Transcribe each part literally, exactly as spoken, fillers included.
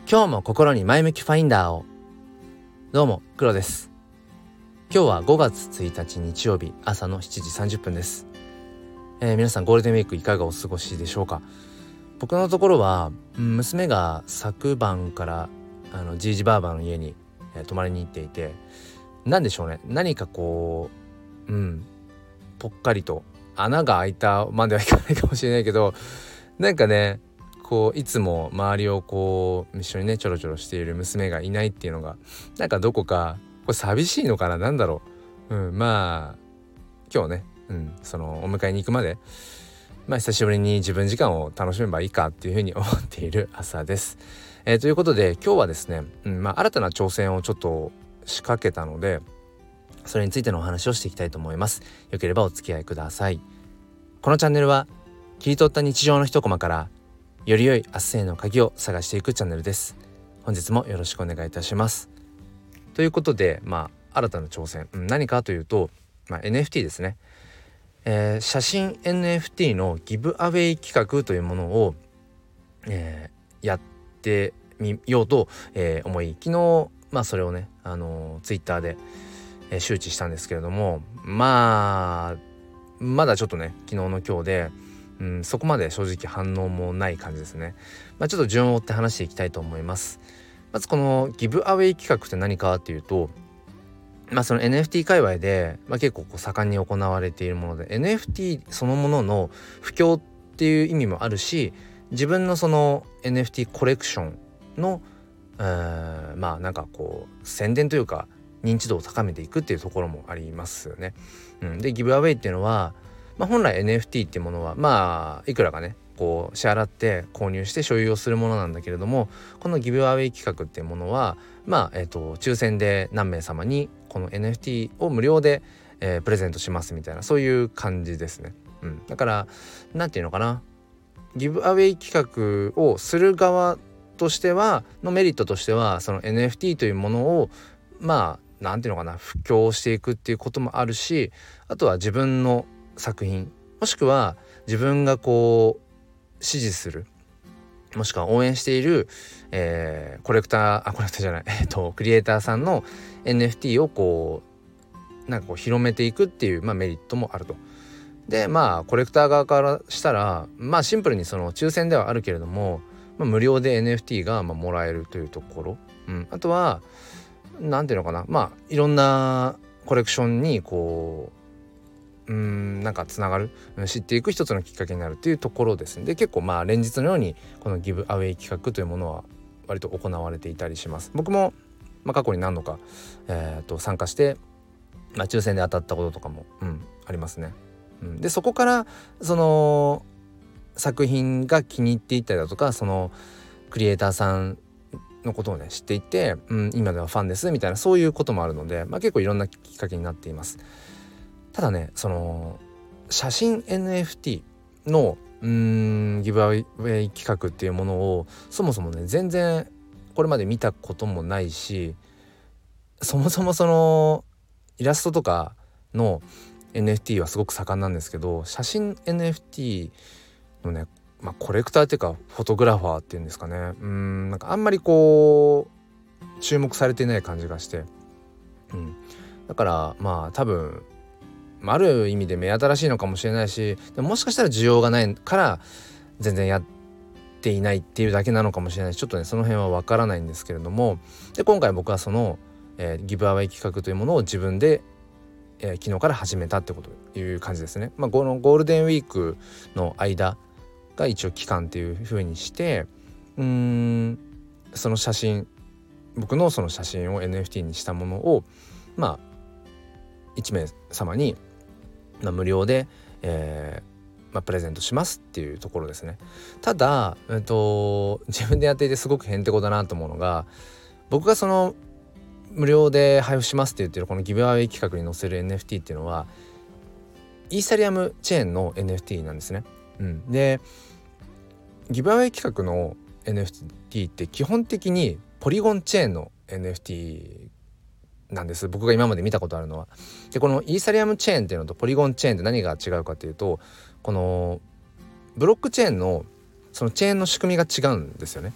今日も心に前向きファインダーを。どうも黒です。今日はごがつついたち日曜日朝のしちじさんじゅっぷんです。えー、皆さんゴールデンウィークいかがお過ごしでしょうか。僕のところは娘が昨晩からあのじいじばあばの家に、えー、泊まりに行っていて、なんでしょうね、何かこううんぽっかりと穴が開いたまではいかないかもしれないけど、なんかねこういつも周りをこう一緒にねちょろちょろしている娘がいないっていうのがなんかどこかこれ寂しいのかな、なんだろう、うん、まあ今日ね、うん、そのお迎えに行くまでまあ久しぶりに自分時間を楽しめばいいかっていうふうに思っている朝です。えー、ということで今日はですね、うんまあ、新たな挑戦をちょっと仕掛けたのでそれについてのお話をしていきたいと思います。よければお付き合いください。このチャンネルは切り取った日常の一コマからより良い明日への鍵を探していくチャンネルです。本日もよろしくお願いいたします。ということで、まあ新たな挑戦、うん、何かというと、まあ、エヌエフティー ですね、えー、写真 エヌエフティー のギブアウェイ企画というものを、えー、やってみようと、えー、思い、昨日まあそれをね、あのー、ツイッターで、えー、周知したんですけれども、まあまだちょっとね昨日の今日で、うん、そこまで正直反応もない感じですね。まあ、ちょっと順を追って話していきたいと思います。まずこのギブアウェイ企画って何かっていうと、まあその エヌエフティー 界隈で、まあ、結構こう盛んに行われているもので エヌエフティー そのものの布教っていう意味もあるし、自分のその エヌエフティー コレクションの、えー、まあなんかこう宣伝というか認知度を高めていくっていうところもありますよね。うん、でギブアウェイっていうのは、まあ、本来 エヌエフティー っていうものはまあいくらかねこう支払って購入して所有をするものなんだけれども、このギブアウェイ企画っていうものはまあえっと抽選で何名様にこの エヌエフティー を無料で、えー、プレゼントしますみたいな、そういう感じですね。うん、だからなんていうのかな、ギブアウェイ企画をする側としてはのメリットとしては、その エヌエフティー というものをまあなんていうのかな布教していくっていうこともあるし、あとは自分の作品もしくは自分がこう支持するもしくは応援している、えー、コレクターあコレクターじゃないえっとクリエイターさんの エヌエフティー をこうなんかこう広めていくっていう、まあ、メリットもあると。でまあコレクター側からしたらまあシンプルにその抽選ではあるけれども、まあ、無料で エヌエフティー がまあもらえるというところ、うん、あとはなんていうのかな、まあいろんなコレクションにこううーんなんかつながる、知っていく一つのきっかけになるっていうところですね。で結構まあ連日のようにこのギブアウェイ企画というものは割と行われていたりします。僕も、まあ、過去に何度か、えー、と参加して、まあ、抽選で当たったこととかも、うん、ありますね。うん、でそこからその作品が気に入っていったりだとか、そのクリエイターさんのことをね知っていて、うん、今ではファンですみたいなそういうこともあるので、まあ、結構いろんなきっかけになっています。ただねその写真 エヌエフティー のうーんギブアウェイ企画っていうものをそもそもね全然これまで見たこともないし、そもそもそのイラストとかの エヌエフティー はすごく盛んなんですけど、写真 エヌエフティー のねまあ、コレクターっていうかフォトグラファーっていうんですかね、うーんなんかあんまりこう注目されていない感じがして、うん、だからまあ多分ある意味で目新しいのかもしれないし、でも、もしかしたら需要がないから全然やっていないっていうだけなのかもしれないし、ちょっとねその辺はわからないんですけれども、で今回僕はその、えー、ギブアウェイ企画というものを自分で、えー、昨日から始めたってこという感じですね。まあこのゴールデンウィークの間が一応期間っていう風にして、うーんその写真僕のその写真を エヌエフティー にしたものをまあいち名様に、まあ、無料で、えーまあ、プレゼントしますっていうところですね。ただ、えっと、自分でやっていてすごくへんてこだなと思うのが、僕がその無料で配布しますって言ってるこのギブアウェイ企画に載せる エヌエフティー っていうのはイーサリアムチェーンの エヌエフティー なんですね。うん、でギブアウェイ企画の エヌエフティー って基本的にポリゴンチェーンの エヌエフティー なんです。僕が今まで見たことあるのは。でこのイーサリアムチェーンっていうのとポリゴンチェーンって何が違うかっていうと、このブロックチェーンのそのチェーンの仕組みが違うんですよね。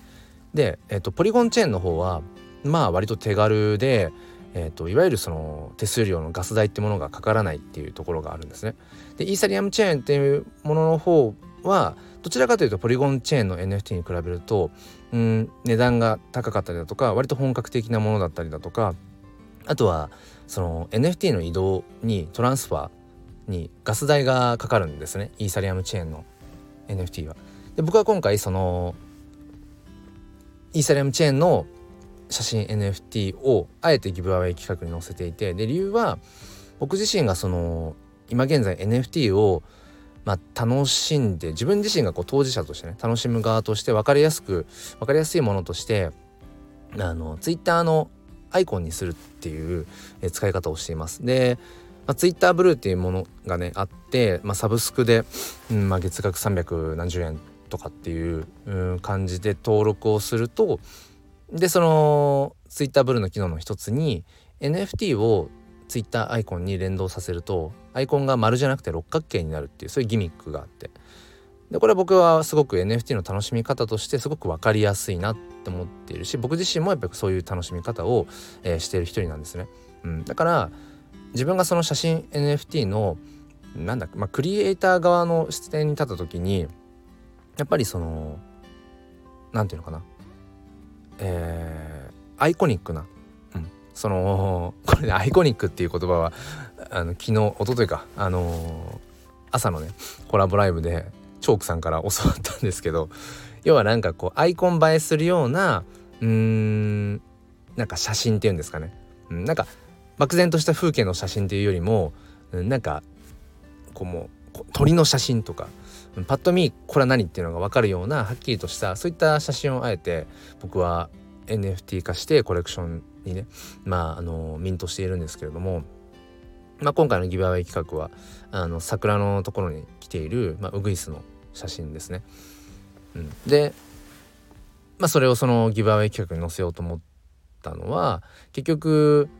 で、えーと、ポリゴンチェーンの方はまあ割と手軽で、えーと、いわゆるその手数料のガス代ってものがかからないっていうところがあるんですね。でイーサリアムチェーンっていうものの方はどちらかというとポリゴンチェーンの エヌエフティー に比べると、うん、値段が高かったりだとか割と本格的なものだったりだとか、あとはその エヌエフティー の移動にトランスファーにガス代がかかるんですね、イーサリアムチェーンの エヌエフティー は。で僕は今回そのイーサリアムチェーンの写真 エヌエフティー をあえてギブアウェイ企画に載せていて、で理由は僕自身がその今現在 エヌエフティー をまあ楽しんで、自分自身がこう当事者としてね楽しむ側として分かりやすく分かりやすいものとしてあのツイッターのアイコンにするっていう使い方をしています。で、まあ、ツイッターブルーっていうものがねあって、まあ、サブスクで、うんまあ、月額さんびゃくなんじゅうえんとかっていう、うん、感じで登録をすると、でそのツイッターブルーの機能の一つに エヌエフティー をツイッターアイコンに連動させるとアイコンが丸じゃなくて六角形になるっていうそういうギミックがあって、でこれは僕はすごく エヌエフティー の楽しみ方としてすごく分かりやすいなって思っているし、僕自身もやっぱりそういう楽しみ方を、えー、している一人なんですね、うん、だから自分がその写真 エヌエフティー のなんだ、まあ、クリエイター側の視点に立った時にやっぱりそのなんていうのかな、えー、アイコニックな、うん、そのこれねアイコニックっていう言葉はあの昨日一昨日かあのー、朝のねコラボライブでチョークさんから教わったんですけど、要はなんかこうアイコン映えするようなうーんなんか写真っていうんですかね、うん、なんか漠然とした風景の写真っていうよりも、うん、なんかこうもう鳥の写真とかパッと見これは何っていうのが分かるようなはっきりとしたそういった写真をあえて僕は エヌエフティー 化してコレクションにねまああのミントしているんですけれども、まあ、今回のギブアウェイ企画はあの桜のところに来ている、まあ、ウグイスの写真ですね、うん、で、まあ、それをそのギブアウェイ企画に載せようと思ったのは結局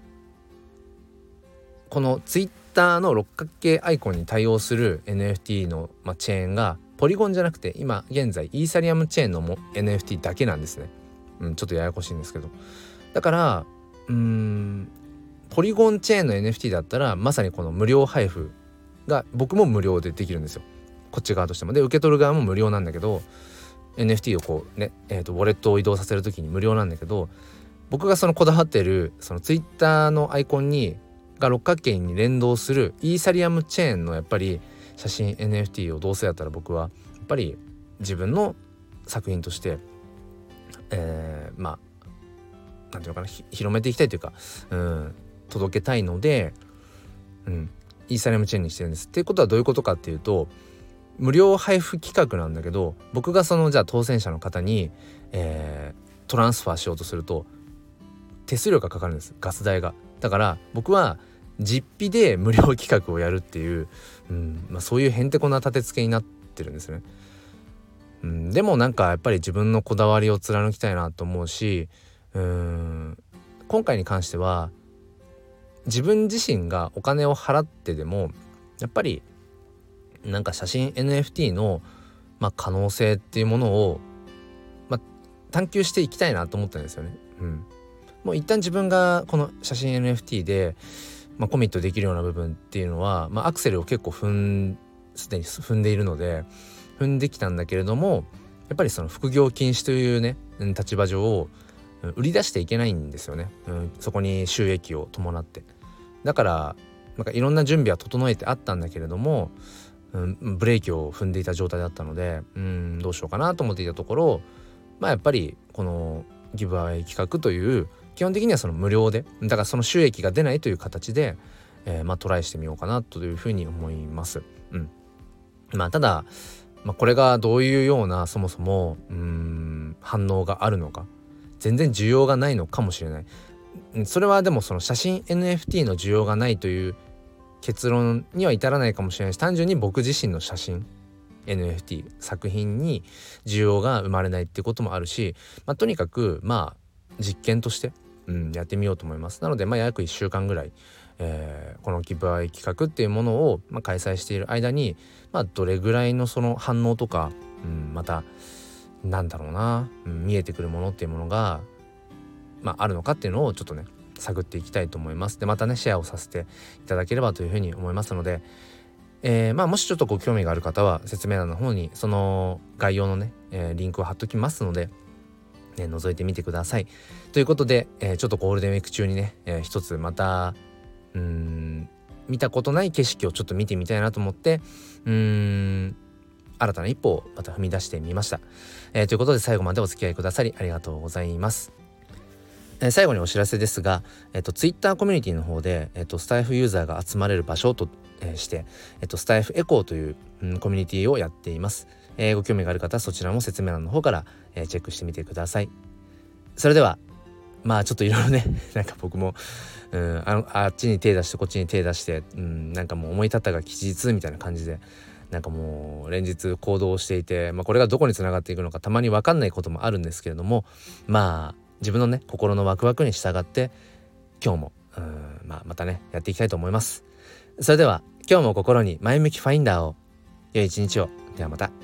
このツイッターの六角形アイコンに対応する エヌエフティー の、まあ、チェーンがポリゴンじゃなくて今現在イーサリアムチェーンのも エヌエフティー だけなんですね、うん、ちょっとややこしいんですけど、だからうーんポリゴンチェーンの エヌエフティー だったらまさにこの無料配布が僕も無料でできるんですよ、こっち側としても。で受け取る側も無料なんだけど エヌエフティー をこうね、えーと、ウォレットを移動させるときに無料なんだけど、僕がそのこだわってるそのツイッターのアイコンにが六角形に連動するイーサリアムチェーンのやっぱり写真 エヌエフティー をどうせやったら僕はやっぱり自分の作品として、えー、まあなんていうのかな広めていきたいというか、うん、届けたいので、うん、イーサリアムチェーンにしてるんです。っていうことはどういうことかっていうと無料配布企画なんだけど僕がそのじゃあ当選者の方に、えー、トランスファーしようとすると手数料がかかるんです、ガス代が。だから僕は実費で無料企画をやるっていう、うんまあ、そういうへんてこな立て付けになってるんですね、うん、でもなんかやっぱり自分のこだわりを貫きたいなと思うし、うーん今回に関しては自分自身がお金を払ってでもやっぱりなんか写真 エヌエフティー の、まあ、可能性っていうものを、まあ、探求していきたいなと思ったんですよね、うん、もう一旦自分がこの写真 エヌエフティー でまあ、コミットできるような部分っていうのは、まあ、アクセルを結構踏んすでに踏んでいるので踏んできたんだけれどもやっぱりその副業禁止というね立場上売り出していけないんですよね、うん、そこに収益を伴って。だからなんかいろんな準備は整えてあったんだけれども、うん、ブレーキを踏んでいた状態だったので、うん、どうしようかなと思っていたところ、まあやっぱりこのギブアウェイ企画という基本的にはその無料でだからその収益が出ないという形で、えー、まあトライしてみようかなというふうに思います。うん、まあただ、まあ、これがどういうようなそもそもうーん反応があるのか全然需要がないのかもしれない。それはでもその写真 エヌエフティー の需要がないという結論には至らないかもしれないし単純に僕自身の写真 エヌエフティー 作品に需要が生まれないっていうこともあるし、まあ、とにかくまあ実験としてうん、やってみようと思います。なので、まあ、約いっしゅうかんぐらい、えー、このギブアウェイ企画っていうものを、まあ、開催している間に、まあ、どれぐらいのその反応とか、うん、またなんだろうな、うん、見えてくるものっていうものが、まあ、あるのかっていうのをちょっとね探っていきたいと思います。でまたねシェアをさせていただければというふうに思いますので、えー、まあもしちょっとご興味がある方は説明欄の方にその概要のね、えー、リンクを貼っときますので、ね、覗いてみてください。ということで、えー、ちょっとゴールデンウィーク中にね、えー、一つまたうーん見たことない景色をちょっと見てみたいなと思ってうーん新たな一歩をまた踏み出してみました。えー、ということで最後までお付き合いくださりありがとうございます。えー、最後にお知らせですが、えっと、Twitter コミュニティの方で、えっと、スタイフユーザーが集まれる場所と、えー、して、えっと、スタイフエコーという、うん、コミュニティをやっています。えー、ご興味がある方はそちらも説明欄の方から、えー、チェックしてみてください。それではまあちょっといろいろねなんか僕も、うん、あのあっちに手出してこっちに手出して、うん、なんかもう思い立ったが吉日みたいな感じでなんかもう連日行動していて、まあ、これがどこにつながっていくのかたまに分かんないこともあるんですけれども、まあ自分のね心のワクワクに従って今日もうん、まあ、またねやっていきたいと思います。それでは今日も心に前向きファインダーを。良い一日を。ではまた。